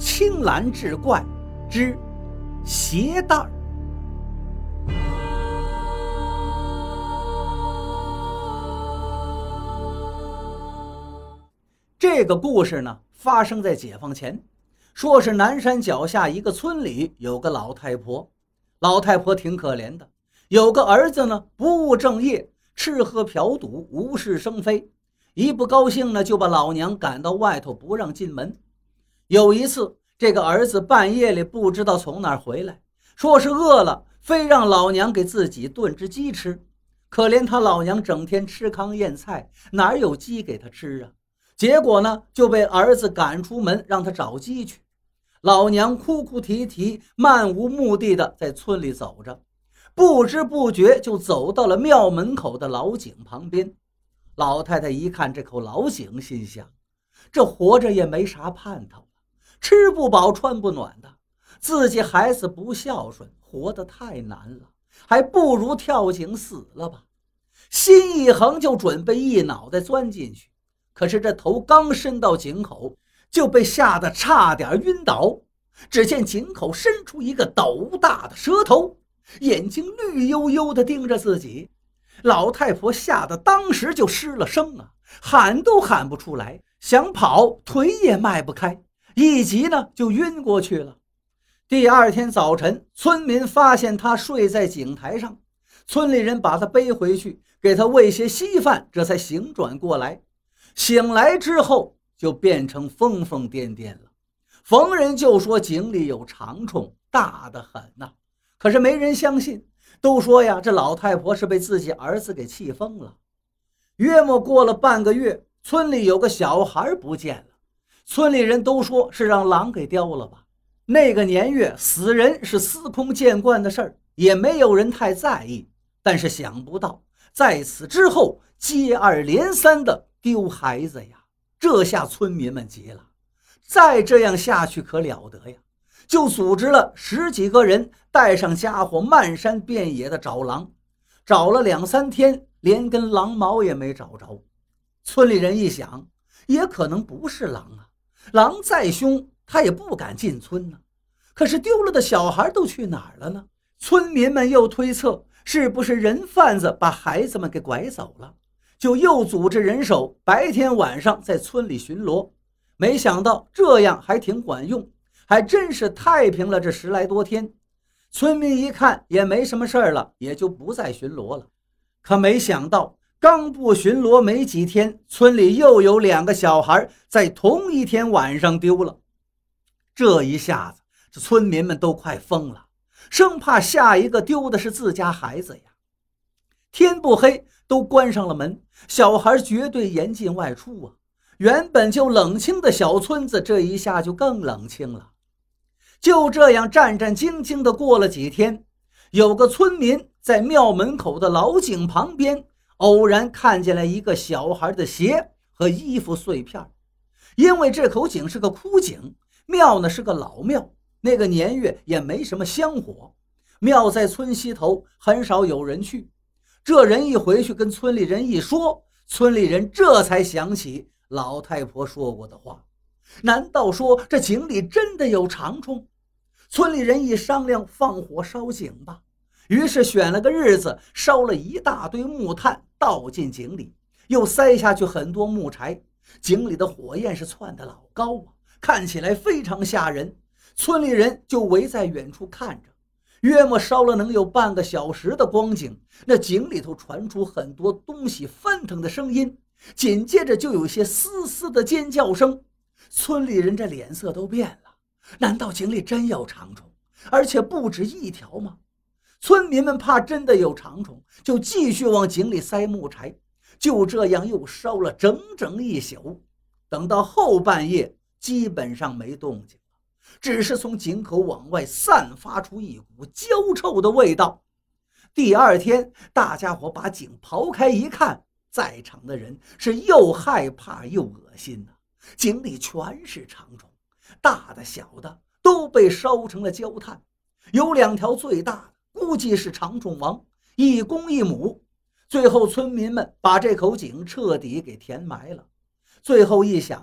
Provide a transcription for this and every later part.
青蓝志怪之鞋带。这个故事呢，发生在解放前，说是南山脚下一个村里有个老太婆，老太婆挺可怜的，有个儿子呢不务正业，吃喝嫖赌，无事生非，一不高兴呢就把老娘赶到外头不让进门。有一次这个儿子半夜里不知道从哪儿回来，说是饿了，非让老娘给自己炖只鸡吃。可怜他老娘整天吃糠咽菜，哪有鸡给他吃啊？结果呢就被儿子赶出门，让他找鸡去。老娘哭哭啼啼，漫无目的的在村里走着，不知不觉就走到了庙门口的老井旁边。老太太一看这口老井，心想这活着也没啥盼头了，吃不饱穿不暖的，自己孩子不孝顺，活得太难了，还不如跳井死了吧。心一横，就准备一脑袋钻进去，可是这头刚伸到井口，就被吓得差点晕倒。只见井口伸出一个斗大的蛇头，眼睛绿油油地盯着自己。老太婆吓得当时就失了声啊，喊都喊不出来，想跑腿也迈不开，一急呢就晕过去了。第二天早晨，村民发现她睡在井台上，村里人把她背回去，给她喂些稀饭，这才醒转过来。醒来之后就变成疯疯癫癫了，逢人就说井里有长虫，大得很呐。可是没人相信，都说呀，这老太婆是被自己儿子给气疯了。约莫过了半个月，村里有个小孩不见了，村里人都说是让狼给叼了吧。那个年月死人是司空见惯的事儿，也没有人太在意。但是想不到在此之后接二连三的丢孩子呀，这下村民们急了，再这样下去可了得呀，就组织了10几个人，带上家伙漫山遍野的找狼，找了2、3天，连根狼毛也没找着。村里人一想，也可能不是狼啊，狼再凶他也不敢进村呢。可是丢了的小孩都去哪儿了呢？村民们又推测是不是人贩子把孩子们给拐走了，就又组织人手，白天晚上在村里巡逻。没想到这样还挺管用，还真是太平了这10来多天。村民一看也没什么事儿了，也就不再巡逻了。可没想到刚不巡逻没几天，村里又有2个小孩在同一天晚上丢了。这一下子这村民们都快疯了，生怕下一个丢的是自家孩子呀。天不黑都关上了门，小孩绝对严禁外出啊。原本就冷清的小村子，这一下就更冷清了。就这样战战兢兢地过了几天，有个村民在庙门口的老井旁边偶然看见了一个小孩的鞋和衣服碎片。因为这口井是个枯井，庙呢是个老庙，那个年月也没什么香火，庙在村西头，很少有人去。这人一回去跟村里人一说，村里人这才想起老太婆说过的话，难道说这井里真的有长虫？村里人一商量，放火烧井吧。于是选了个日子，烧了一大堆木炭倒进井里，又塞下去很多木柴。井里的火焰是窜得老高啊，看起来非常吓人。村里人就围在远处看着。约莫烧了能有半个小时的光景，那井里头传出很多东西翻腾的声音，紧接着就有些嘶嘶的尖叫声。村里人这脸色都变了，难道井里真有长虫，而且不止一条吗？村民们怕真的有长虫，就继续往井里塞木柴。就这样又烧了整整一宿，等到后半夜基本上没动静，只是从井口往外散发出一股焦臭的味道。第二天大家伙把井刨开一看，在场的人是又害怕又恶心啊，井里全是长虫，大的小的都被烧成了焦炭。有2条最大的，估计是长虫王，一公一母。最后村民们把这口井彻底给填埋了。最后一想啊，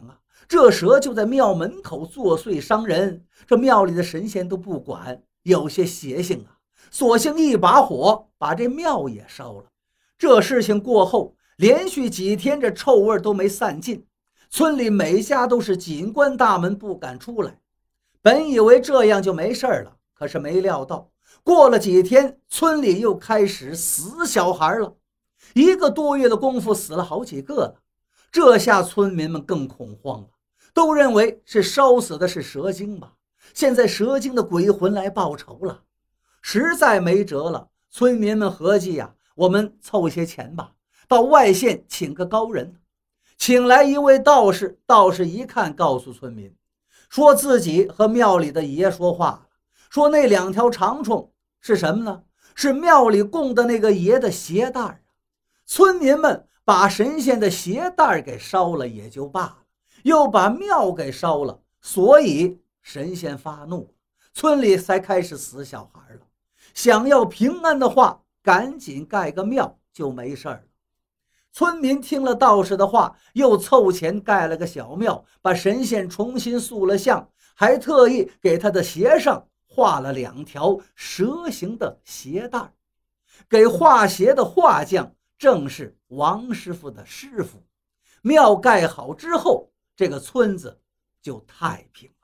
这蛇就在庙门口作祟伤人，这庙里的神仙都不管，有些邪性啊，索性一把火把这庙也烧了。这事情过后，连续几天这臭味都没散尽，村里每家都是紧关大门不敢出来。本以为这样就没事了，可是没料到过了几天，村里又开始死小孩了，1个多月的功夫死了好几个了。这下村民们更恐慌了，都认为是烧死的是蛇精吧，现在蛇精的鬼魂来报仇了。实在没辙了，村民们合计呀，我们凑些钱吧，到外县请个高人。请来一位道士，道士一看告诉村民，说自己和庙里的爷说话了，说那2条长虫是什么呢？是庙里供的那个爷的鞋带。村民们把神仙的鞋带给烧了也就罢了，又把庙给烧了，所以神仙发怒，村里才开始死小孩了。想要平安的话，赶紧盖个庙就没事了。村民听了道士的话，又凑钱盖了个小庙，把神仙重新塑了像，还特意给他的鞋上画了2条蛇形的鞋带。给画鞋的画匠正是王师傅的师傅。庙盖好之后，这个村子就太平。